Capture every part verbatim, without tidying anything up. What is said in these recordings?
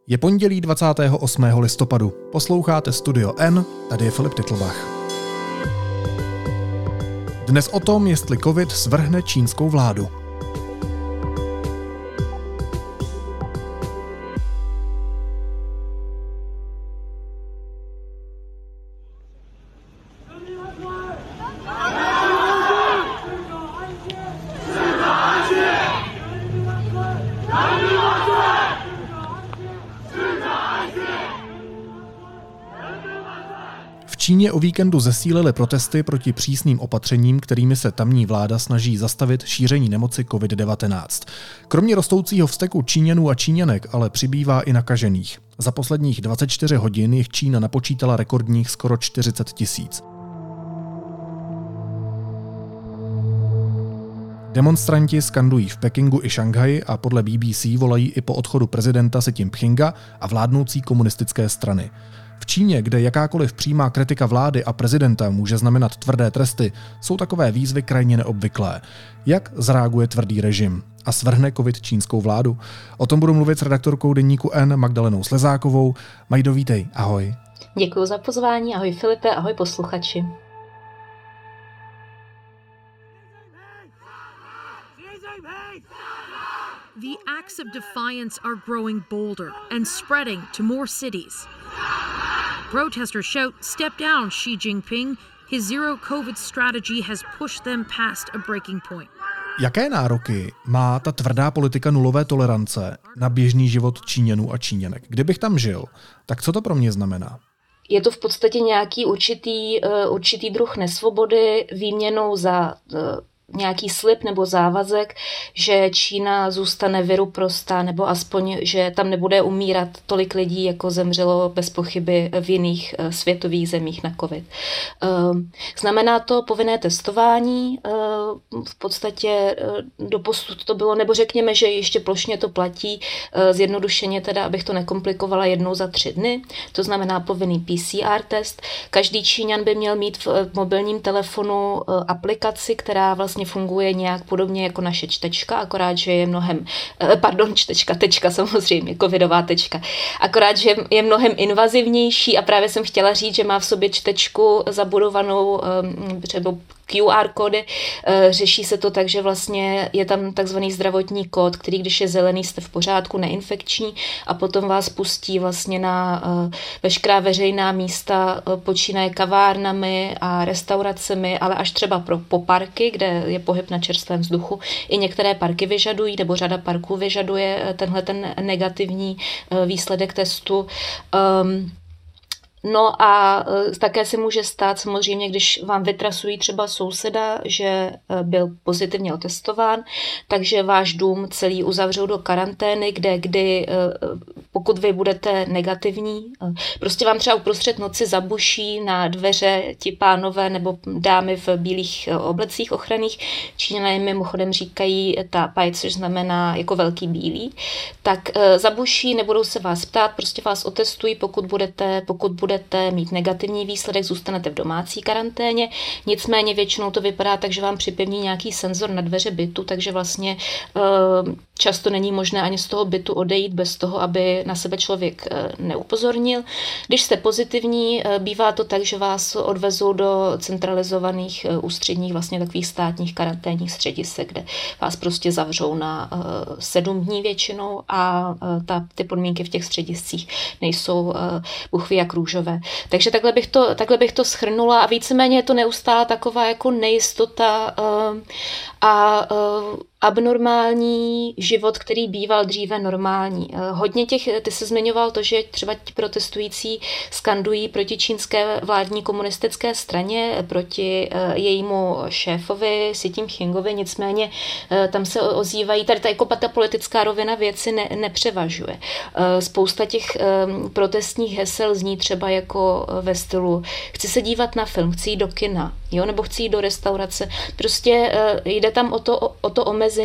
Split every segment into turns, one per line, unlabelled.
Je pondělí dvacátého osmého listopadu. Posloucháte Studio N, tady je Filip Titlbach. Dnes o tom, jestli covid svrhne čínskou vládu. V Číně o víkendu zesílily protesty proti přísným opatřením, kterými se tamní vláda snaží zastavit šíření nemoci covid devatenáct. Kromě rostoucího vzteku Číňanů a Číňanek ale přibývá i nakažených. Za posledních dvacet čtyři hodin jich Čína napočítala rekordních skoro čtyřicet tisíc. Demonstranti skandují v Pekingu i Šanghaji a podle B B C volají i po odchodu prezidenta Si Ťin-pchinga a vládnoucí komunistické strany. V Číně, kde jakákoliv přímá kritika vlády a prezidenta může znamenat tvrdé tresty, jsou takové výzvy krajně neobvyklé. Jak zareaguje tvrdý režim? A svrhne covid čínskou vládu? O tom budu mluvit s redaktorkou deníku N Magdalenou Slezákovou. Majdo, vítej, ahoj.
Děkuji za pozvání, ahoj Filipe, ahoj posluchači.
The acts of defiance are growing bolder and spreading to more cities. Protesters shout, "Step down, Xi Jinping." His zero COVID strategy has pushed them past a breaking point.
Jaké nároky má ta tvrdá politika nulové tolerance na běžný život Číňanů a Číňanek? Kdybych tam žil, tak co to pro mě znamená?
Je to v podstatě nějaký určitý, určitý druh nesvobody výměnou za nějaký slib nebo závazek, že Čína zůstane viru prostá, nebo aspoň, že tam nebude umírat tolik lidí, jako zemřelo bez pochyby v jiných světových zemích na covid. Znamená to povinné testování, v podstatě doposud to bylo, nebo řekněme, že ještě plošně to platí, zjednodušeně teda, abych to nekomplikovala, jednou za tři dny, to znamená povinný P C R test. Každý Číňan by měl mít v mobilním telefonu aplikaci, která vlastně funguje nějak podobně jako naše čtečka, akorát, že je mnohem, pardon, čtečka, tečka samozřejmě, covidová tečka, akorát, že je mnohem invazivnější a právě jsem chtěla říct, že má v sobě čtečku zabudovanou třeba Q R kódy. Řeší se to tak, že vlastně je tam takzvaný zdravotní kód, který když je zelený, jste v pořádku, neinfekční a potom vás pustí vlastně na veškerá veřejná místa, počínaje kavárnami a restauracemi, ale až třeba pro, po parky, kde je pohyb na čerstvém vzduchu. I některé parky vyžadují, nebo řada parků vyžaduje tenhle ten negativní výsledek testu. Um, No a také se může stát samozřejmě, když vám vytrasují třeba souseda, že byl pozitivně otestován, takže váš dům celý uzavřou do karantény, kde kdy, pokud vy budete negativní, prostě vám třeba uprostřed noci zabuší na dveře ti pánové nebo dámy v bílých oblecích ochranných. Číňané mimochodem říkají tápaj, což znamená jako velký bílý, tak zabuší, nebudou se vás ptát, prostě vás otestují, pokud budete, pokud budete budete mít negativní výsledek, zůstanete v domácí karanténě, nicméně většinou to vypadá tak, že vám připevní nějaký senzor na dveře bytu, takže vlastně často není možné ani z toho bytu odejít bez toho, aby na sebe člověk neupozornil. Když jste pozitivní, bývá to tak, že vás odvezou do centralizovaných ústředních vlastně takových státních karanténních středisek, kde vás prostě zavřou na sedm dní většinou a ta, ty podmínky v těch střediscích nejsou buchví jak růžové. Takže takhle bych to, takhle bych to shrnula a víceméně je to neustále taková jako nejistota uh, a uh, abnormální život, který býval dříve normální. Hodně těch, ty se zmiňoval to, že třeba ti protestující skandují proti čínské vládní komunistické straně, proti jejímu šéfovi Si Ťin-pchingovi, nicméně tam se ozývají, tady ta, jako ta politická rovina věci ne, nepřevažuje. Spousta těch protestních hesel zní třeba jako ve stylu chci se dívat na film, chci jít do kina, jo, nebo chci jít do restaurace. Prostě jde tam o to, o, o to omezení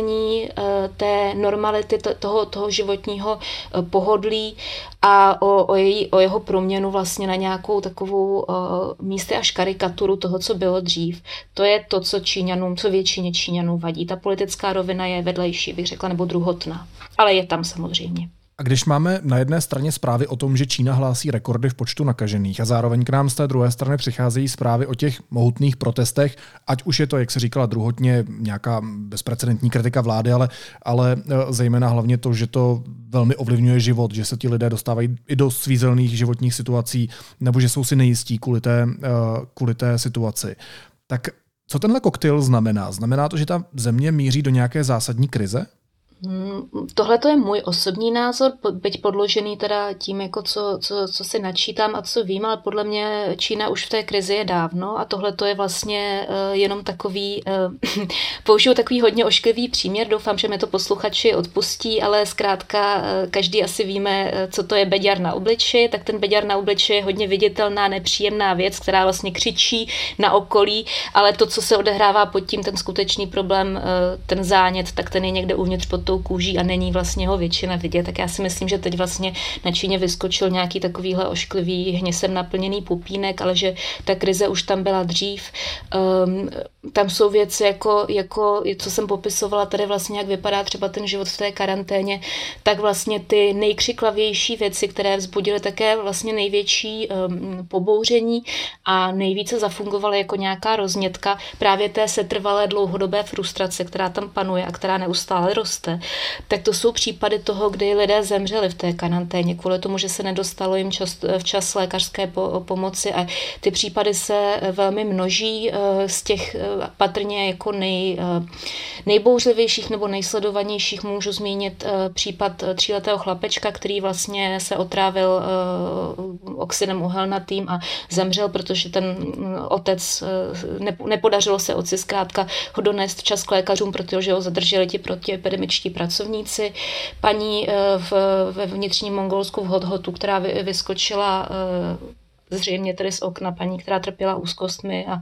té normality, toho, toho životního pohodlí a o, o, její, o jeho proměnu vlastně na nějakou takovou místy až karikaturu toho, co bylo dřív. To je to, co Číňanům, co většině Číňanů vadí. Ta politická rovina je vedlejší, bych řekla, nebo druhotná. Ale je tam samozřejmě.
A když máme na jedné straně zprávy o tom, že Čína hlásí rekordy v počtu nakažených a zároveň k nám z té druhé strany přicházejí zprávy o těch mohutných protestech, ať už je to, jak se říkala druhotně, nějaká bezprecedentní kritika vlády, ale, ale zejména hlavně to, že to velmi ovlivňuje život, že se ti lidé dostávají i do svízelných životních situací, nebo že jsou si nejistí kvůli té, kvůli té situaci. Tak co tenhle koktejl znamená? Znamená to, že ta země míří do nějaké zásadní krize?
Tohle to je můj osobní názor, byť podložený teda tím, jako co, co, co si načítám a co vím, ale podle mě Čína už v té krizi je dávno a tohle to je vlastně uh, jenom takový, uh, použiju takový hodně ošklivý příměr, doufám, že mě to posluchači odpustí, ale zkrátka uh, každý asi víme, uh, co to je beďar na obliči, tak ten beďar na obliči je hodně viditelná, nepříjemná věc, která vlastně křičí na okolí, ale to, co se odehrává pod tím, ten skutečný problém, uh, ten zánět, tak ten je někde uvnitř pod tou kůží a není vlastně ho většina vidět, tak já si myslím, že teď vlastně na Číně vyskočil nějaký takovýhle ošklivý hněsem naplněný pupínek, ale že ta krize už tam byla dřív. Um, tam jsou věci jako, jako, co jsem popisovala tady vlastně, jak vypadá třeba ten život v té karanténě, tak vlastně ty nejkřiklavější věci, které vzbudily také vlastně největší um, pobouření a nejvíce zafungovaly jako nějaká roznětka právě té setrvalé dlouhodobé frustrace, která tam panuje a která neustále roste. Tak to jsou případy toho, kdy lidé zemřeli v té karanténě kvůli tomu, že se nedostalo jim čas, včas lékařské po, pomoci a ty případy se velmi množí. Z těch patrně jako nej, nejbouřlivějších nebo nejsledovanějších můžu zmínit případ tříletého chlapečka, který vlastně se otrávil oxidem uhelnatým a zemřel, protože ten otec, nepodařilo se otci zkrátka ho donést včas k lékařům, protože ho zadrželi ti protiepidemičtí pracovníci. Paní v, ve vnitřním Mongolsku v Hothotu, která vy, vyskočila zřejmě tedy z okna, paní, která trpěla úzkostmi a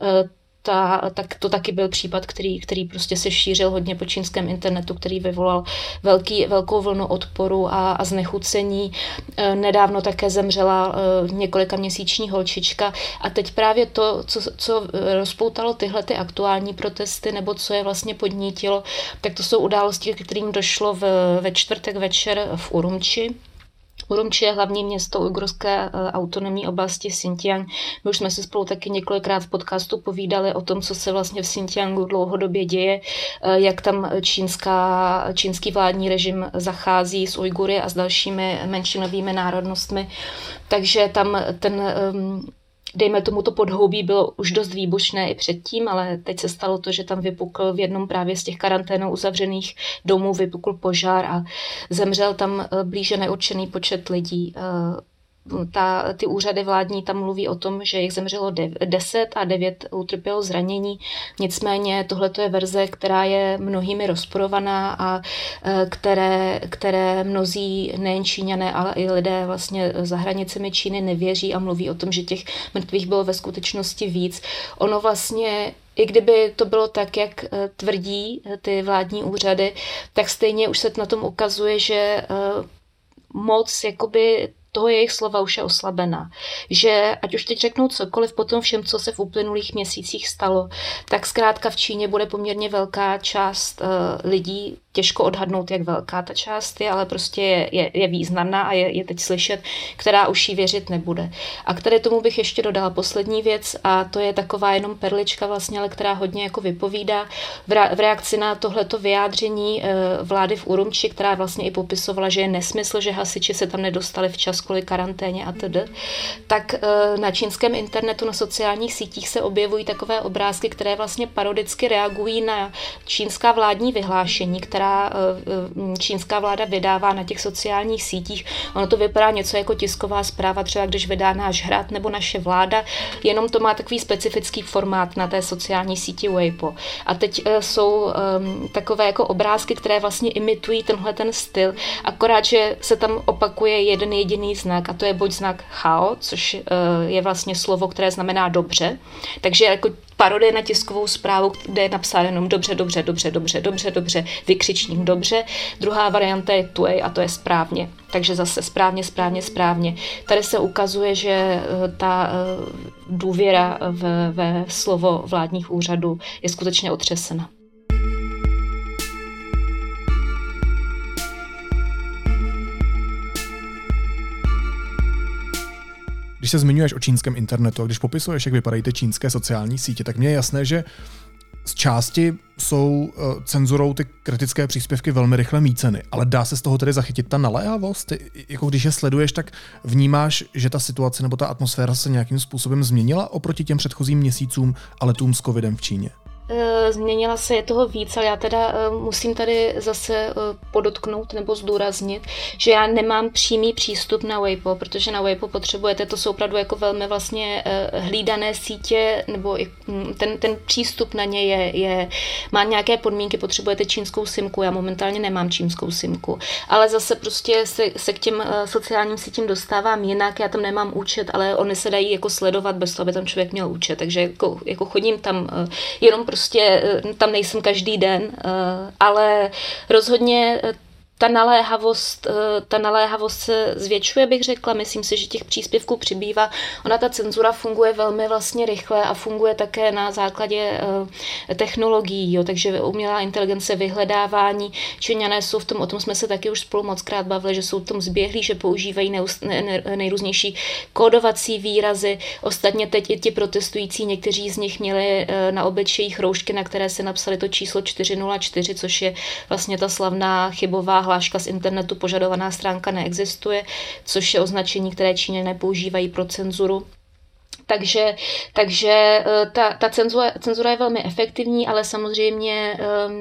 ta, tak to taky byl případ, který, který prostě se šířil hodně po čínském internetu, který vyvolal velký, velkou vlnu odporu a, a znechucení. Nedávno také zemřela několika měsíční holčička a teď právě to, co, co rozpoutalo tyhle ty aktuální protesty nebo co je vlastně podnítilo, tak to jsou události, kterým došlo v, ve čtvrtek večer v Urumči. Urumči je hlavní město ujgurské autonomní oblasti Xinjiang. My už jsme si spolu taky několikrát v podcastu povídali o tom, co se vlastně v Xinjiangu dlouhodobě děje, jak tam čínská, čínský vládní režim zachází s Ujgury a s dalšími menšinovými národnostmi. Takže tam ten... dejme tomu, to podhoubí bylo už dost výbušné i předtím, ale teď se stalo to, že tam vypukl v jednom právě z těch karanténou uzavřených domů vypukl požár a zemřel tam blíže neurčený počet lidí. Ta, ty úřady vládní tam mluví o tom, že jich zemřelo deset a devět utrpělo zranění. Nicméně tohle je verze, která je mnohými rozporovaná a které, které mnozí nejen Číňané, ale i lidé vlastně za hranicemi Číny nevěří a mluví o tom, že těch mrtvých bylo ve skutečnosti víc. Ono vlastně i kdyby to bylo tak, jak tvrdí ty vládní úřady, tak stejně už se na tom ukazuje, že moc jakoby toho jejich slova už je oslabená. Že ať už teď řeknou cokoliv po tom všem, co se v uplynulých měsících stalo, tak zkrátka v Číně bude poměrně velká část uh, lidí, těžko odhadnout, jak velká ta část je, ale prostě je, je, je významná a je, je teď slyšet, která už jí věřit nebude. A k tady tomu bych ještě dodala poslední věc a to je taková jenom perlička vlastně, ale která hodně jako vypovídá v, re, v reakci na tohleto vyjádření uh, vlády v Urumči, která vlastně i popisovala, že je nesmysl, že hasiči se tam nedostali včas kvůli karanténě a td. Tak uh, na čínském internetu, na sociálních sítích se objevují takové obrázky, které vlastně parodicky reagují na čínská vládní vyhlášení, která čínská vláda vydává na těch sociálních sítích. Ono to vypadá něco jako tisková zpráva, třeba když vydá náš hrad nebo naše vláda, jenom to má takový specifický formát na té sociální síti Weibo. A teď jsou um, takové jako obrázky, které vlastně imitují tenhle ten styl, akorát, že se tam opakuje jeden jediný znak a to je buď znak hao, což uh, je vlastně slovo, které znamená dobře, takže jako parodie na tiskovou zprávu, kde je napsáno jenom dobře, dobře, dobře, dobře, dobře, dobře, vykřičník dobře. Druhá varianta je tuej a to je správně. Takže zase správně, správně, správně. Tady se ukazuje, že ta důvěra ve, ve slovo vládních úřadů je skutečně otřesena.
Když se zmiňuješ o čínském internetu a když popisuješ, jak vypadají ty čínské sociální sítě, tak mně je jasné, že z části jsou cenzurou ty kritické příspěvky velmi rychle míceny, ale dá se z toho tedy zachytit ta naléhavost? Ty, jako když je sleduješ, tak vnímáš, že ta situace nebo ta atmosféra se nějakým způsobem změnila oproti těm předchozím měsícům a letům s covidem v Číně?
Změnila se, je toho víc, ale já teda musím tady zase podotknout nebo zdůraznit, že já nemám přímý přístup na Weibo, protože na Weibo potřebujete, to jsou opravdu jako velmi vlastně hlídané sítě, nebo ten, ten přístup na ně je, je, má nějaké podmínky, potřebujete čínskou simku, já momentálně nemám čínskou simku, ale zase prostě se, se k těm sociálním sítím dostávám jinak, já tam nemám účet, ale oni se dají jako sledovat bez toho, aby tam člověk měl účet, takže jako, jako chodím tam jenom prostě tam nejsem každý den, ale rozhodně ta naléhavost, ta naléhavost se zvětšuje, bych řekla. Myslím si, že těch příspěvků přibývá. Ona ta cenzura funguje velmi vlastně rychle a funguje také na základě technologií, jo, takže umělá inteligence, vyhledávání. Číňané jsou v tom, o tom jsme se taky už spolu mockrát bavili, že jsou v tom zběhlí, že používají neust, ne, nejrůznější kódovací výrazy. Ostatně teď i ti protestující, někteří z nich měli na obličejích roušky, na které se napsali to číslo čtyři nula čtyři, což je vlastně ta slavná chybová hláška z internetu, požadovaná stránka neexistuje, což je označení, které Číňané používají pro cenzuru. Takže, takže ta, ta cenzura, cenzura je velmi efektivní, ale samozřejmě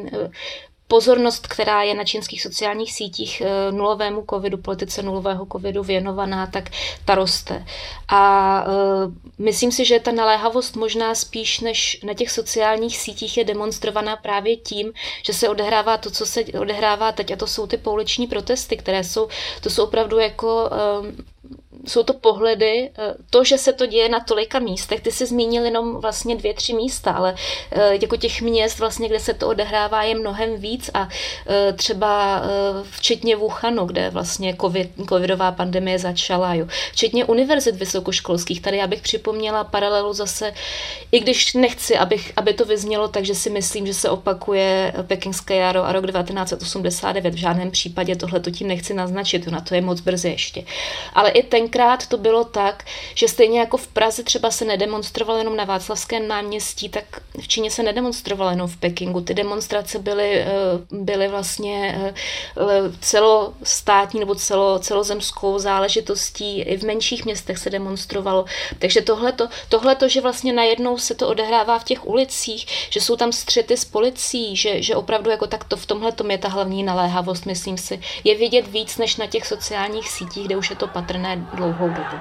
pozornost, která je na čínských sociálních sítích nulovému covidu, politice nulového covidu věnovaná, tak ta roste. A uh, myslím si, že ta naléhavost možná spíš než na těch sociálních sítích je demonstrovaná právě tím, že se odehrává to, co se odehrává teď, a to jsou ty pouliční protesty, které jsou, to jsou opravdu jako... Um, jsou to pohledy, to, že se to děje na tolika místech, ty jsi zmínil jenom vlastně dvě, tři místa, ale jako těch měst vlastně, kde se to odehrává, je mnohem víc a třeba včetně Wuhanu, kde vlastně COVID, covidová pandemie začala, jo. Včetně univerzit vysokoškolských, tady já bych připomněla paralelu zase, i když nechci, abych, aby to vyznělo, takže si myslím, že se opakuje pekingské jaro a rok devatenáct set osmdesát devět, v žádném případě tohle to tím nechci naznačit, na to je moc brzy ještě. Ale i tenkrát to bylo tak, že stejně jako v Praze třeba se nedemonstrovalo jenom na Václavském náměstí, tak v Číně se nedemonstrovalo jenom v Pekingu. Ty demonstrace byly, byly vlastně celostátní nebo celo, celozemskou záležitostí. I v menších městech se demonstrovalo. Takže tohleto, tohleto, že vlastně najednou se to odehrává v těch ulicích, že jsou tam střety s policií, že, že opravdu jako takto v tomhletom je ta hlavní naléhavost, myslím si, je vidět víc než na těch sociálních sítích, kde už je to patrné dlouhou dobu.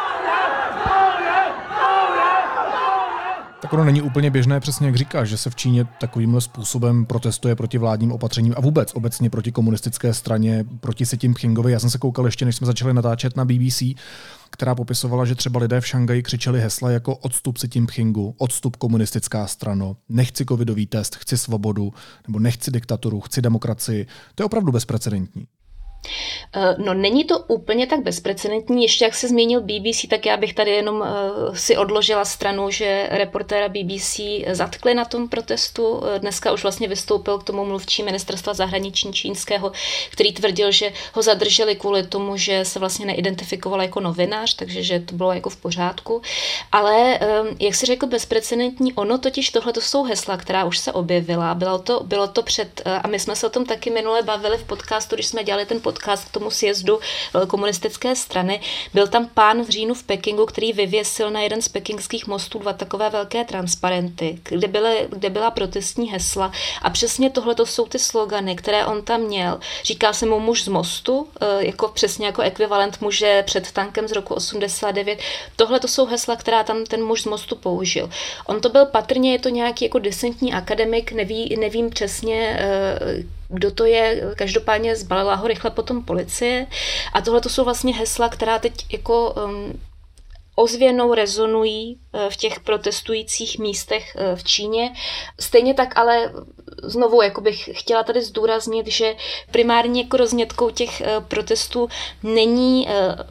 Tak ono není úplně běžné, přesně jak říkáš, že se v Číně takovýmhle způsobem protestuje proti vládním opatřením a vůbec obecně proti komunistické straně, proti Si Ťin-pchingovi. Já jsem se koukal ještě, než jsme začali natáčet na B B C, která popisovala, že třeba lidé v Šanghaji křičeli hesla jako odstup Si Ťin-pchingu, odstup komunistická strano, nechci covidový test, chci svobodu, nebo nechci diktaturu, chci demokracii. To je opravdu bezprecedentní.
No, není to úplně tak bezprecedentní. Ještě jak se zmínil B B C, tak já bych tady jenom uh, si odložila stranu, že reportéra B B C zatkli na tom protestu. Dneska už vlastně vystoupil k tomu mluvčí ministerstva zahraničí čínského, který tvrdil, že ho zadrželi kvůli tomu, že se vlastně neidentifikoval jako novinář, takže že to bylo jako v pořádku. Ale um, jak si řekl, bezprecedentní, ono totiž tohle to jsou hesla, která už se objevila. Bylo to, bylo to před, a my jsme se o tom taky minule bavili v podcastu, když jsme dělali ten podcast k tomu sjezdu komunistické strany. Byl tam pán v říjnu v Pekingu, který vyvěsil na jeden z pekingských mostů dva takové velké transparenty, kde, byly, kde byla protestní hesla a přesně tohle to jsou ty slogany, které on tam měl. Říká se mu muž z mostu, jako přesně jako ekvivalent muže před tankem z roku osmdesát devět. Tohle to jsou hesla, která tam ten muž z mostu použil. On to byl patrně, je to nějaký jako disentní akademik, neví, nevím přesně, kdo to je, každopádně zbalila ho rychle potom policie a tohle to jsou vlastně hesla, která teď jako um, ozvěnou rezonují v těch protestujících místech v Číně. Stejně tak ale znovu jako bych chtěla tady zdůraznit, že primárně jako roznětkou těch protestů není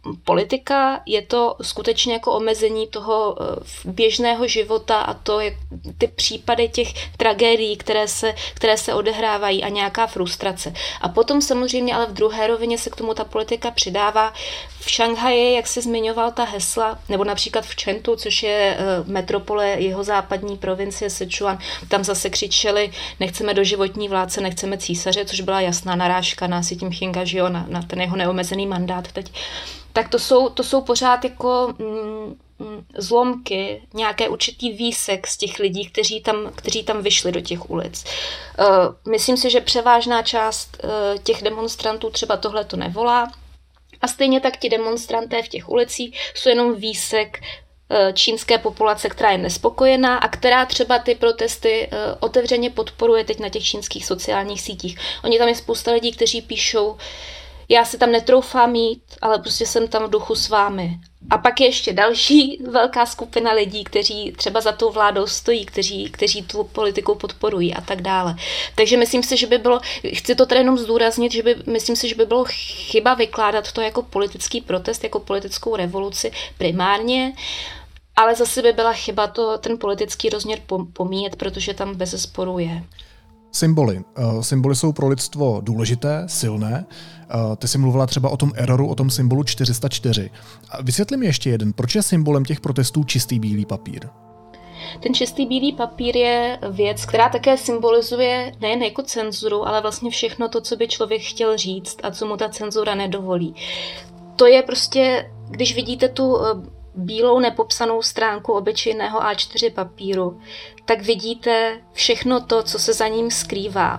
politika, je to skutečně jako omezení toho běžného života a to, jak ty případy těch tragédií, které se, které se odehrávají a nějaká frustrace. A potom samozřejmě, ale v druhé rovině se k tomu ta politika přidává. V Šanghaji, jak se zmiňoval ta hesla, nebo například v Čentu, což je metropole jihozápadní provincie Sichuan, tam zase křičeli, nechceme doživotní vládce, nechceme císaře, což byla jasná narážka na Si Ťin-pchinga, že jo, na, na ten jeho neomezený mandát teď. Tak to jsou, to jsou pořád jako mm, zlomky, nějaké určitý výsek z těch lidí, kteří tam, kteří tam vyšli do těch ulic. Uh, myslím si, že převážná část uh, těch demonstrantů třeba tohle to nevolá. A stejně tak ti demonstranté v těch ulicích jsou jenom výsek čínské populace, která je nespokojená a která třeba ty protesty otevřeně podporuje teď na těch čínských sociálních sítích. Oni tam je spousta lidí, kteří píšou, já si tam netroufám jít, ale prostě jsem tam v duchu s vámi. A pak je ještě další velká skupina lidí, kteří třeba za tou vládou stojí, kteří, kteří tu politiku podporují a tak dále. Takže myslím si, že by bylo, chci to tady jenom zdůraznit, že by, myslím si, že by bylo chyba vykládat to jako politický protest, jako politickou revoluci primárně, ale zase by byla chyba to, ten politický rozměr pomíjet, protože tam bezesporu je.
Symboly. Symboly jsou pro lidstvo důležité, silné. Ty jsi mluvila třeba o tom eroru, o tom symbolu čtyři sta čtyři. Vysvětli mi ještě jeden. Proč je symbolem těch protestů čistý bílý papír?
Ten čistý bílý papír je věc, která také symbolizuje nejen jako cenzuru, ale vlastně všechno to, co by člověk chtěl říct a co mu ta cenzura nedovolí. To je prostě, když vidíte tu bílou nepopsanou stránku obyčejného á čtyři papíru, tak vidíte všechno to, co se za ním skrývá.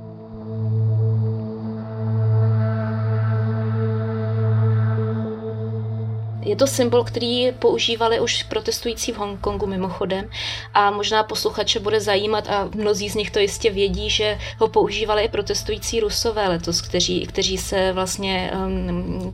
Je to symbol, který používali už protestující v Hongkongu mimochodem a možná posluchače bude zajímat a mnozí z nich to jistě vědí, že ho používali i protestující Rusové letos, kteří, kteří se vlastně um, um,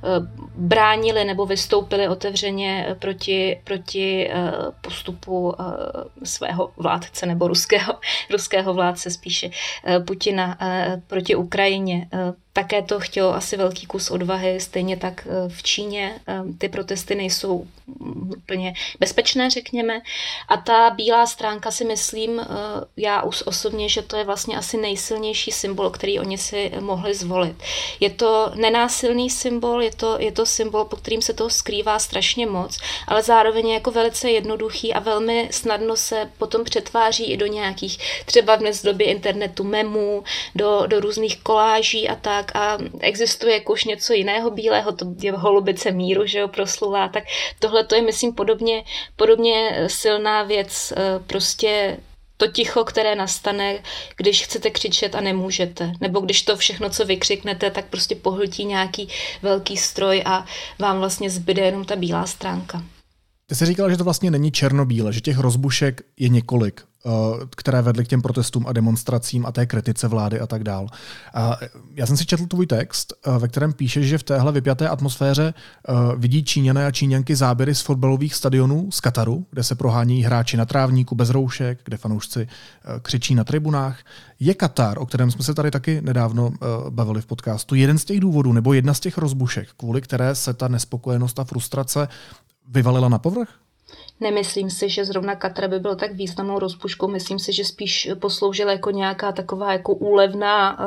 bránili nebo vystoupili otevřeně proti, proti uh, postupu uh, svého vládce nebo ruského, ruského vládce spíše uh, Putina uh, proti Ukrajině. Uh, Také to chtělo asi velký kus odvahy, stejně tak v Číně ty protesty nejsou úplně bezpečné, řekněme. A ta bílá stránka si myslím, já osobně, že to je vlastně asi nejsilnější symbol, který oni si mohli zvolit. Je to nenásilný symbol, je to, je to symbol, pod kterým se toho skrývá strašně moc, ale zároveň je jako velice jednoduchý a velmi snadno se potom přetváří i do nějakých, třeba dnes v době internetu memů, do, do různých koláží a tak. A existuje jako už něco jiného bílého, to je holubice míru, že jo, proslulá, tak tohle to je, myslím, podobně, podobně silná věc, prostě to ticho, které nastane, když chcete křičet a nemůžete, nebo když to všechno, co vykřiknete, tak prostě pohltí nějaký velký stroj a vám vlastně zbyde jenom ta bílá stránka.
Ty jsi říkala, že to vlastně není černobíle, že těch rozbušek je několik, které vedly k těm protestům a demonstracím a té kritice vlády a tak dál. Já jsem si četl tvůj text, ve kterém píšeš, že v téhle vypjaté atmosféře vidí Číňané a Číňanky záběry z fotbalových stadionů z Kataru, kde se prohání hráči na trávníku bez roušek, kde fanoušci křičí na tribunách. Je Katar, o kterém jsme se tady taky nedávno bavili v podcastu, jeden z těch důvodů nebo jedna z těch rozbušek, kvůli které se ta nespokojenost a frustrace vyvalila na povrch?
Nemyslím si, že zrovna Katar by byl tak významnou rozbuškou. Myslím si, že spíš posloužil jako nějaká taková jako úlevná,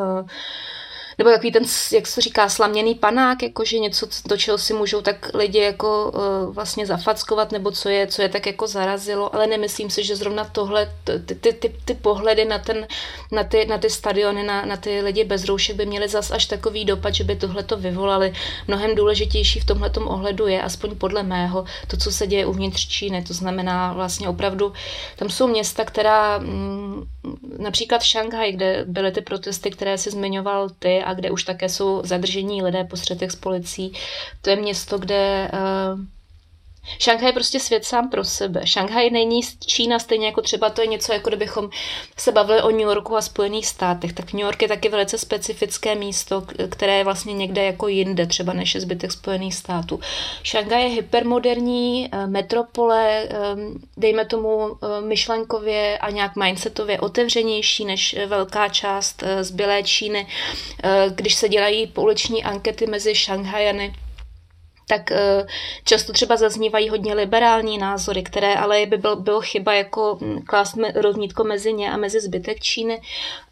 nebo takový ten, jak se říká, slaměný panák, jakože něco, do čeho si můžou tak lidi jako vlastně zafackovat, nebo co je, co je tak jako zarazilo, ale nemyslím si, že zrovna tohle, ty, ty, ty, ty pohledy na, ten, na, ty, na ty stadiony, na, na ty lidi bez roušek by měly zas až takový dopad, že by tohleto vyvolali. Mnohem důležitější v tomhletom ohledu je, aspoň podle mého, to, co se děje uvnitř Číny. To znamená vlastně opravdu, tam jsou města, která například Šanghaj, kde byly ty protesty, které si zmiňoval ty a kde už také jsou zadržení lidé po střetech s policií. To je město, kde uh, Šanghaj je prostě svět sám pro sebe. Šanghaj není Čína, stejně jako třeba to je něco, jako kdybychom se bavili o New Yorku a Spojených státech. Tak New York je taky velice specifické místo, které je vlastně někde jako jinde, třeba než je zbytek Spojených států. Šanghaj je hypermoderní metropole, dejme tomu myšlenkově a nějak mindsetově otevřenější než velká část zbylé Číny. Když se dělají pouliční ankety mezi Šanghajany, tak často třeba zaznívají hodně liberální názory, které ale by bylo, bylo chyba jako klást rovnítko mezi ně a mezi zbytek Číny.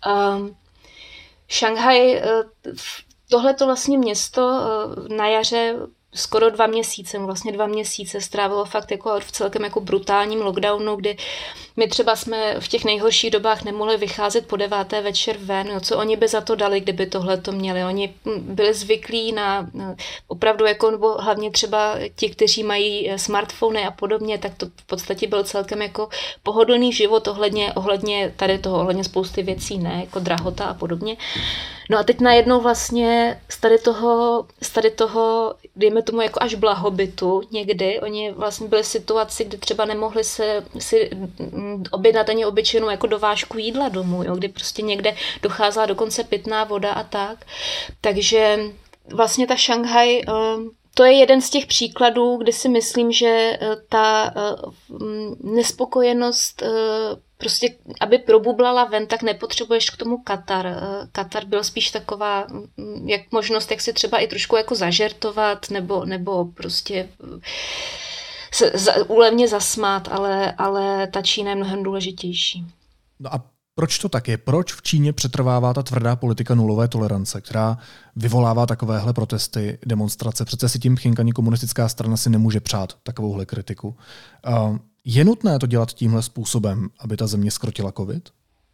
Šanghaj, tohleto vlastně město na jaře skoro dva měsíce, vlastně dva měsíce strávilo fakt jako v celkem jako brutálním lockdownu, kdy my třeba jsme v těch nejhorších dobách nemohli vycházet po deváté večer ven. No, co oni by za to dali, kdyby tohle to měli? Oni byli zvyklí na, na opravdu jako, nebo hlavně třeba ti, kteří mají smartfony a podobně, tak to v podstatě byl celkem jako pohodlný život ohledně, ohledně tady toho, ohledně spousty věcí, ne, jako drahota a podobně. No a teď najednou vlastně z tady toho, z tady toho, dejme tomu jako až blahobytu někdy, oni vlastně byli v situaci, kdy třeba nemohli se, si objednat ani obyčejnou jako dovážku jídla domů, jo, kdy prostě někde docházela dokonce pitná voda a tak. Takže vlastně ta Šanghaj, to je jeden z těch příkladů, kdy si myslím, že ta nespokojenost prostě, aby probublala ven, tak nepotřebuješ k tomu Katar. Katar byl spíš taková jak možnost, jak si třeba i trošku jako zažertovat, nebo, nebo prostě se za, úlevně zasmát, ale, ale ta Čína je mnohem důležitější.
No a proč to tak je? Proč v Číně přetrvává ta tvrdá politika nulové tolerance, která vyvolává takovéhle protesty, demonstrace? Přece si tím Pching ani komunistická strana si nemůže přát takovouhle kritiku. Je nutné to dělat tímhle způsobem, aby ta země zkrotila covid?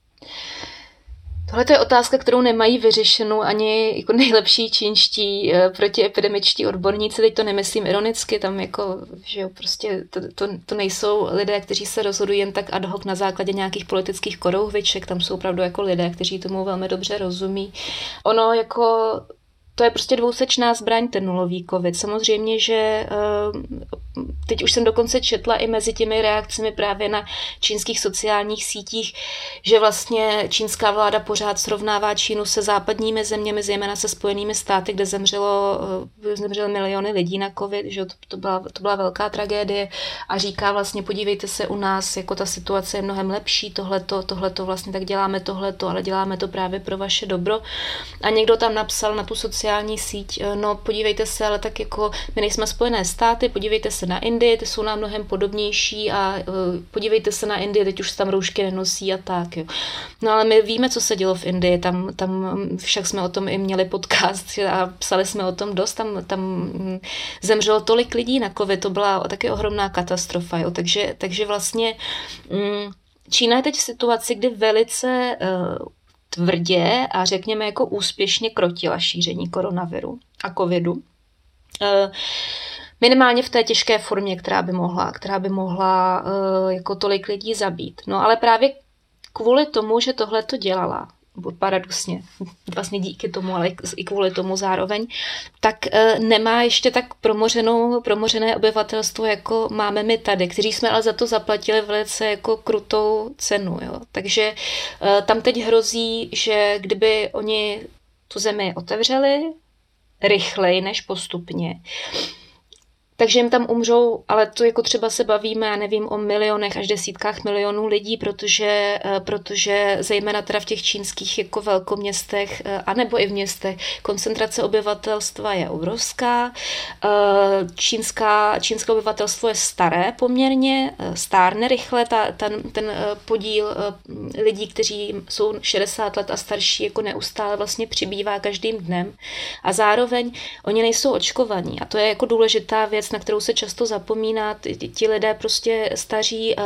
Tohle je otázka, kterou nemají vyřešenou ani jako nejlepší čínští protiepidemičtí odborníci. Teď to nemyslím ironicky, tam jako, že jo, prostě to, to, to nejsou lidé, kteří se rozhodují jen tak ad hoc na základě nějakých politických korouhviček, tam jsou opravdu jako lidé, kteří tomu velmi dobře rozumí. Ono jako to je prostě dvousečná zbraň, ten nulový covid. Samozřejmě, že teď už jsem dokonce četla i mezi těmi reakcemi právě na čínských sociálních sítích, že vlastně čínská vláda pořád srovnává Čínu se západními zeměmi, zejména se Spojenými státy, kde zemřelo, zemřelo miliony lidí na covid, že to, to, byla, to byla velká tragédie a říká vlastně, podívejte se u nás, jako ta situace je mnohem lepší, tohleto, tohleto vlastně tak děláme tohleto, ale děláme to právě pro vaše dobro. A někdo tam napsal na tu sociální sociální síť, no podívejte se, ale tak jako my nejsme Spojené státy, podívejte se na Indii, ty jsou nám mnohem podobnější a uh, podívejte se na Indii, teď už tam roušky nenosí a tak, jo. No ale my víme, co se dělo v Indii, tam, tam však jsme o tom i měli podcast a psali jsme o tom dost, tam, tam zemřelo tolik lidí na covid, to byla taky ohromná katastrofa, jo. Takže, takže vlastně um, Čína je teď v situaci, kdy velice uh, tvrdě a řekněme jako úspěšně krotila šíření koronaviru a covidu. Minimálně v té těžké formě, která by mohla, která by mohla jako tolik lidí zabít. No ale právě kvůli tomu, že tohle to dělala, paradoxně, vlastně díky tomu, ale i kvůli tomu zároveň, tak nemá ještě tak promořenou, promořené obyvatelstvo, jako máme my tady, kteří jsme ale za to zaplatili velice jako krutou cenu. Jo. Takže tam teď hrozí, že kdyby oni tu zemi otevřeli rychleji než postupně, takže jim tam umřou, ale to jako třeba se bavíme, já nevím, o milionech až desítkách milionů lidí, protože, protože zejména teda v těch čínských jako velkoměstech, anebo i v městech, koncentrace obyvatelstva je obrovská. Čínská, čínské obyvatelstvo je staré poměrně, stárne rychle, ta, ten, ten podíl lidí, kteří jsou šedesát let a starší, jako neustále vlastně přibývá každým dnem. A zároveň oni nejsou očkovaní a to je jako důležitá věc, na kterou se často zapomíná. Ti lidé prostě staří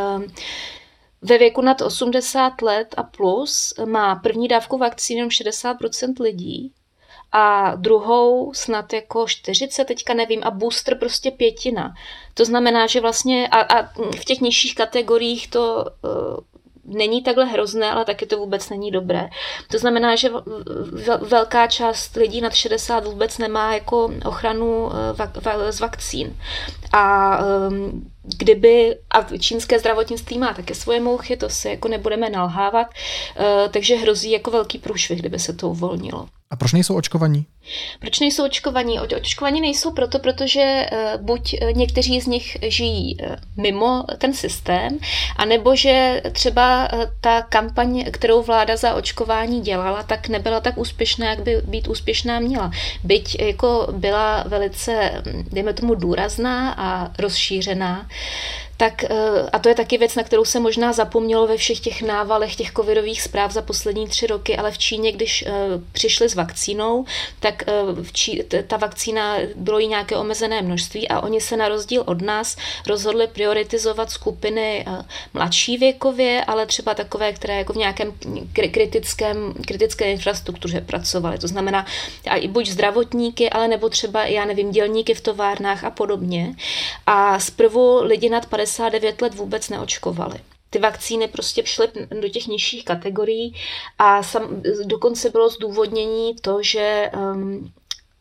ve věku nad osmdesát let a plus má první dávku vakcíny jenom šedesát procent lidí a druhou snad jako čtyřicet, teďka nevím, a booster prostě pětina. To znamená, že vlastně a, a v těch nižších kategoriích to není takhle hrozné, ale taky to vůbec není dobré. To znamená, že velká část lidí nad šedesát vůbec nemá jako ochranu z vakcín. A kdyby, a čínské zdravotnictví má také svoje mouchy, to se jako nebudeme nalhávat, takže hrozí jako velký průšvih, kdyby se to uvolnilo.
A proč nejsou očkovaní?
Proč nejsou očkovaní? Očkovaní nejsou proto, protože buď někteří z nich žijí mimo ten systém, anebo že třeba ta kampaň, kterou vláda za očkování dělala, tak nebyla tak úspěšná, jak by být úspěšná měla. Byť jako byla velice, dejme tomu, důrazná a rozšířená, tak, a to je taky věc, na kterou se možná zapomnělo ve všech těch návalech těch covidových zpráv za poslední tři roky, ale v Číně, když přišli s vakcínou, tak v Čí, ta vakcína bylo jí nějaké omezené množství a oni se na rozdíl od nás rozhodli prioritizovat skupiny mladší věkově, ale třeba takové, které jako v nějakém kritickém, kritické infrastruktuře pracovaly. To znamená i buď zdravotníky, ale nebo třeba, já nevím, dělníky v továrnách a podobně. A zprvu lidi nad padesát devět let vůbec neočkovali. Ty vakcíny prostě šly do těch nižších kategorií a sam, dokonce bylo zdůvodnění to, že um,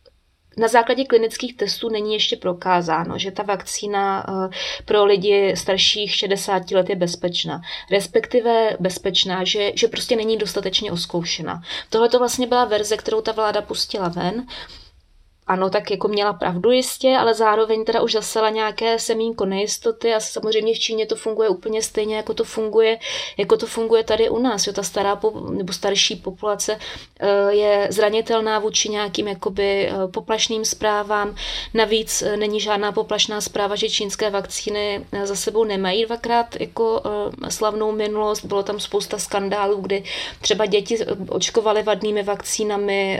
na základě klinických testů není ještě prokázáno, že ta vakcína uh, pro lidi starších šedesáti let je bezpečná. Respektive bezpečná, že, že prostě není dostatečně oskoušena. Tohle to vlastně byla verze, kterou ta vláda pustila ven. Ano, tak jako měla pravdu jistě, ale zároveň teda už zasela nějaké semínko nejistoty a samozřejmě v Číně to funguje úplně stejně, jako to funguje, jako to funguje tady u nás. Jo, ta stará nebo starší populace je zranitelná vůči nějakým jakoby poplašným zprávám. Navíc není žádná poplašná zpráva, že čínské vakcíny za sebou nemají dvakrát jako slavnou minulost. Bylo tam spousta skandálů, kdy třeba děti očkovaly vadnými vakcínami,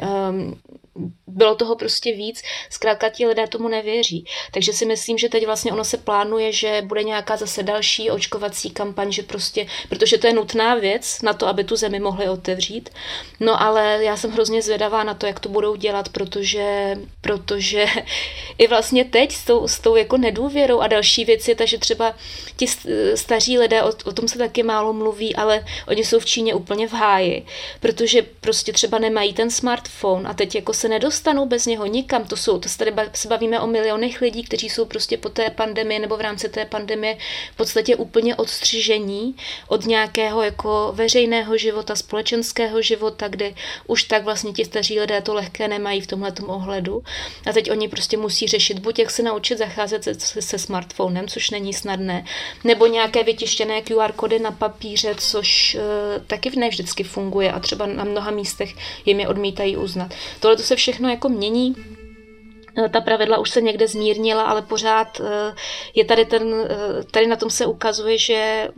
bylo toho prostě víc, zkrátka ti lidé tomu nevěří. Takže si myslím, že teď vlastně ono se plánuje, že bude nějaká zase další očkovací kampaň, že prostě, protože to je nutná věc na to, aby tu zemi mohli otevřít. No ale já jsem hrozně zvědavá na to, jak to budou dělat, protože, protože i vlastně teď s tou, s tou jako nedůvěrou a další věc je ta, že třeba ti staří lidé, o, o tom se taky málo mluví, ale oni jsou v Číně úplně v háji, protože prostě třeba nemají ten smartphone a teď jako se nedostanou bez něho nikam. To jsou, to se tady se bavíme o milionech lidí, kteří jsou prostě po té pandemii nebo v rámci té pandemie v podstatě úplně odstřižení od nějakého jako veřejného života, společenského života, kde už tak vlastně ti staří lidé to lehké nemají v tomhletom ohledu. A teď oni prostě musí řešit buď jak se naučit zacházet se, se, se smartphonem, což není snadné, nebo nějaké vytištěné Q R kody na papíře, což uh, taky ne vždycky funguje a třeba na mnoha místech jim je odmítají uznat. Tohle to se všechno jako mění. Ta pravidla už se někde zmírnila, ale pořád je tady ten, tady na tom se ukazuje, že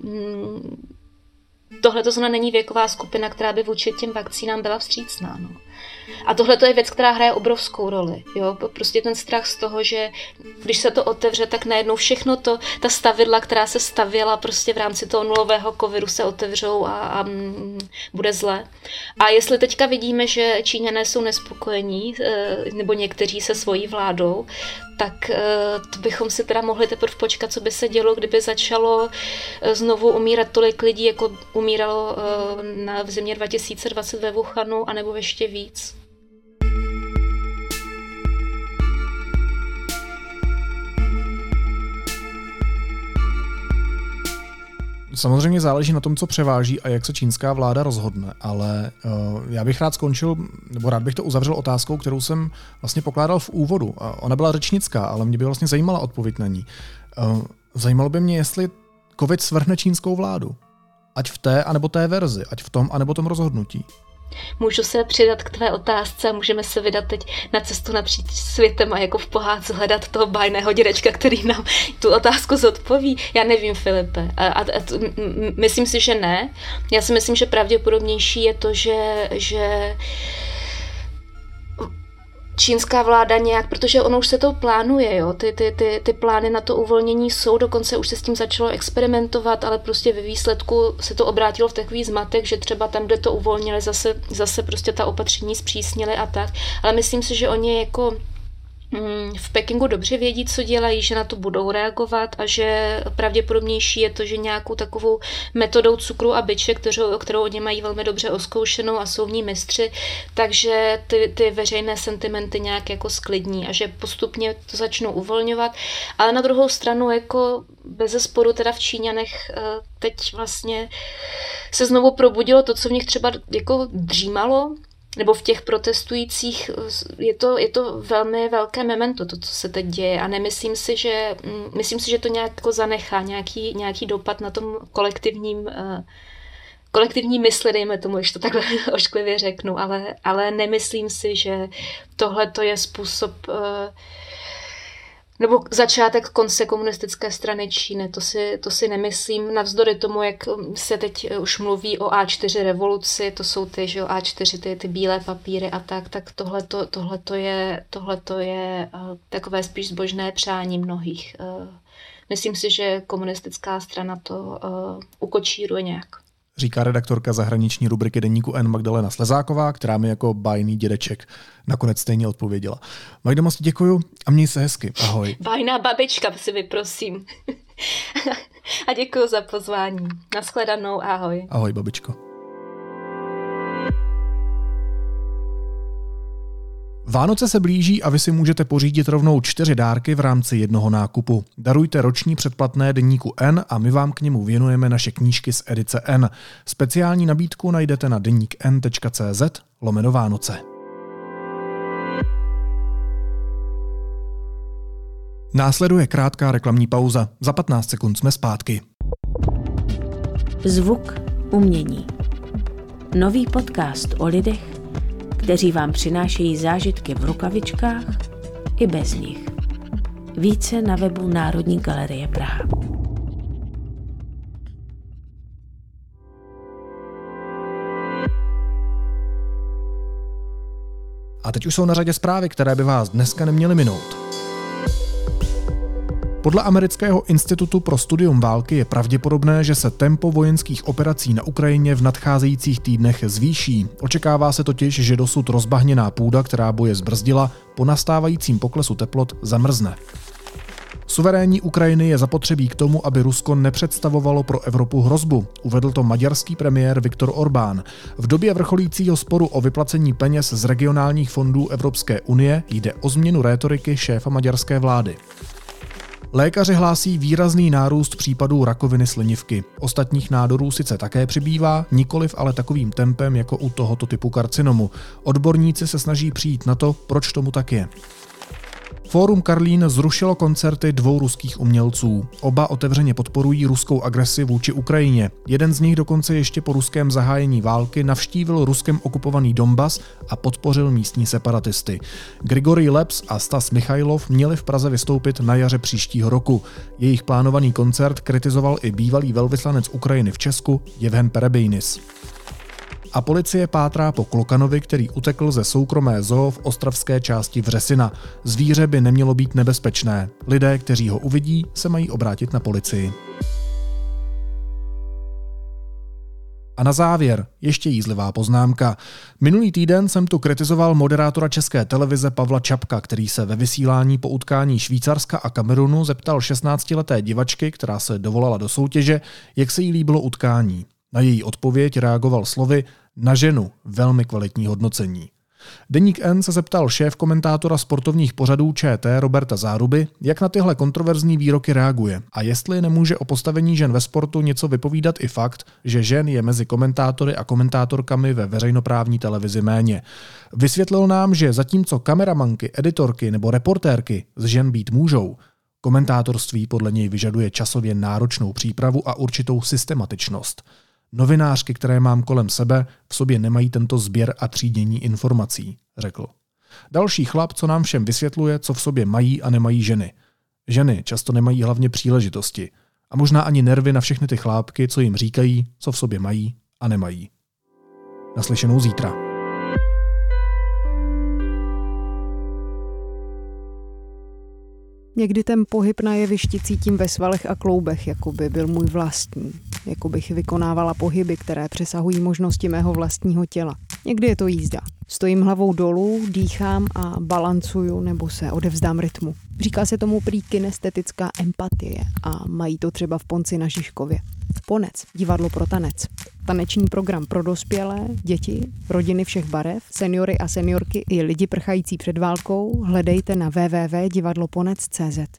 tohle to zrovna není věková skupina, která by vůči těm vakcínám byla vstřícná. No. A tohle to je věc, která hraje obrovskou roli. Jo? Prostě ten strach z toho, že když se to otevře, tak najednou všechno to, ta stavidla, která se stavěla prostě v rámci toho nulového covidu, se otevřou a, a bude zle. A jestli teďka vidíme, že Číňané jsou nespokojení, nebo někteří se svojí vládou, tak to bychom si teda mohli teprve počkat, co by se dělo, kdyby začalo znovu umírat tolik lidí, jako umíralo na v zimě dva tisíce dvacet ve Wuhanu, anebo ještě víc.
Samozřejmě záleží na tom, co převáží a jak se čínská vláda rozhodne, ale uh, já bych rád skončil, nebo rád bych to uzavřel otázkou, kterou jsem vlastně pokládal v úvodu. Uh, ona byla řečnická, ale mě by vlastně zajímala odpověď na ní. Uh, zajímalo by mě, jestli covid svrhne čínskou vládu. Ať v té, anebo té verzi, ať v tom, anebo tom rozhodnutí.
Můžu se přidat k tvé otázce a můžeme se vydat teď na cestu napříč světem a jako v pohádce hledat toho bájného dědečka, který nám tu otázku zodpoví. Já nevím, Filipe. A, a, a t, m, myslím si, že ne. Já si myslím, že pravděpodobnější je to, že, že čínská vláda nějak, protože ono už se to plánuje, jo? Ty, ty, ty, ty plány na to uvolnění jsou, dokonce už se s tím začalo experimentovat, ale prostě ve výsledku se to obrátilo v takový zmatek, že třeba tam, kde to uvolnili, zase, zase prostě ta opatření zpřísnili a tak. Ale myslím si, že oni jako v Pekingu dobře vědí, co dělají, že na to budou reagovat a že pravděpodobnější je to, že nějakou takovou metodou cukru a biče, kterou, kterou oni mají velmi dobře oskoušenou a jsou v ní mistři, takže ty, ty veřejné sentimenty nějak jako sklidní a že postupně to začnou uvolňovat. Ale na druhou stranu jako bezesporu teda v Číňanech teď vlastně se znovu probudilo to, co v nich třeba jako dřímalo, nebo v těch protestujících, je to, je to velmi velké memento, to, co se teď děje a nemyslím si, že, myslím si, že to nějak jako zanechá nějaký, nějaký dopad na tom kolektivním, kolektivní mysli, dejme tomu, když to takhle ošklivě řeknu, ale, ale nemyslím si, že tohle to je způsob, nebo začátek konce komunistické strany Číny, to si, to si nemyslím, navzdory tomu, jak se teď už mluví o á čtyři revoluci, to jsou ty, že á čtyři, ty, ty bílé papíry a tak, tak tohleto, tohleto je, tohleto je uh, takové spíš zbožné přání mnohých. Uh, myslím si, že komunistická strana to uh, ukočíruje nějak.
Říká redaktorka zahraniční rubriky deníku N Magdalena Slezáková, která mi jako bájný dědeček nakonec stejně odpověděla. Magdo, moc děkuju a měj se hezky. Ahoj.
Bájná babička, si vyprosím. A děkuju za pozvání. Nashledanou, ahoj.
Ahoj, babičko. Vánoce se blíží a vy si můžete pořídit rovnou čtyři dárky v rámci jednoho nákupu. Darujte roční předplatné deníku N a my vám k němu věnujeme naše knížky z edice N. Speciální nabídku najdete na deník n tečka cé zet lomeno Vánoce. Následuje krátká reklamní pauza. Za patnáct sekund jsme zpátky.
Zvuk umění. Nový podcast o lidech, kteří vám přinášejí zážitky v rukavičkách i bez nich. Více na webu Národní galerie Praha.
A teď už jsou na řadě zprávy, které by vás dneska neměly minout. Podle Amerického institutu pro studium války je pravděpodobné, že se tempo vojenských operací na Ukrajině v nadcházejících týdnech zvýší. Očekává se totiž, že dosud rozbahněná půda, která boje zbrzdila, po nastávajícím poklesu teplot zamrzne. Suverénní Ukrajiny je zapotřebí k tomu, aby Rusko nepředstavovalo pro Evropu hrozbu, uvedl to maďarský premiér Viktor Orbán. V době vrcholícího sporu o vyplacení peněz z regionálních fondů Evropské unie jde o změnu rétoriky šéfa maďarské vlády. Lékaři hlásí výrazný nárůst případů rakoviny slinivky. Ostatních nádorů sice také přibývá, nikoliv ale takovým tempem jako u tohoto typu karcinomu. Odborníci se snaží přijít na to, proč tomu tak je. Fórum Karlín zrušilo koncerty dvou ruských umělců. Oba otevřeně podporují ruskou agresi vůči Ukrajině. Jeden z nich dokonce ještě po ruském zahájení války navštívil Ruskem okupovaný Donbas a podpořil místní separatisty. Grigorij Leps a Stas Michajlov měli v Praze vystoupit na jaře příštího roku. Jejich plánovaný koncert kritizoval i bývalý velvyslanec Ukrajiny v Česku Jevhen Perebejnis. A policie pátrá po klokanovi, který utekl ze soukromé zoo v ostravské části Vřesina. Zvíře by nemělo být nebezpečné. Lidé, kteří ho uvidí, se mají obrátit na policii. A na závěr ještě jízlivá poznámka. Minulý týden jsem tu kritizoval moderátora České televize Pavla Čapka, který se ve vysílání po utkání Švýcarska a Kamerunu zeptal šestnáctileté divačky, která se dovolala do soutěže, jak se jí líbilo utkání. Na její odpověď reagoval slovy na ženu, velmi kvalitní hodnocení. Deník N se zeptal šéf komentátora sportovních pořadů ČT Roberta Záruby, jak na tyhle kontroverzní výroky reaguje a jestli nemůže o postavení žen ve sportu něco vypovídat i fakt, že žen je mezi komentátory a komentátorkami ve veřejnoprávní televizi méně. Vysvětlil nám, že zatímco kameramanky, editorky nebo reportérky z žen být můžou, komentátorství podle něj vyžaduje časově náročnou přípravu a určitou systematičnost. Novinářky, které mám kolem sebe, v sobě nemají tento sběr a třídění informací, řekl. Další chlap, co nám všem vysvětluje, co v sobě mají a nemají ženy. Ženy často nemají hlavně příležitosti a možná ani nervy na všechny ty chlápky, co jim říkají, co v sobě mají a nemají. Naslyšenou zítra.
Někdy ten pohyb na jevišti cítím ve svalech a kloubech, jako by byl můj vlastní. Jako bych vykonávala pohyby, které přesahují možnosti mého vlastního těla. Někdy je to jízda. Stojím hlavou dolů, dýchám a balancuju nebo se odevzdám rytmu. Říká se tomu prý kinestetická empatie a mají to třeba v Ponci na Žižkově. Ponec, divadlo pro tanec. Taneční program pro dospělé, děti, rodiny všech barev, seniory a seniorky i lidi prchající před válkou hledejte na w w w tečka divadloponec tečka c z.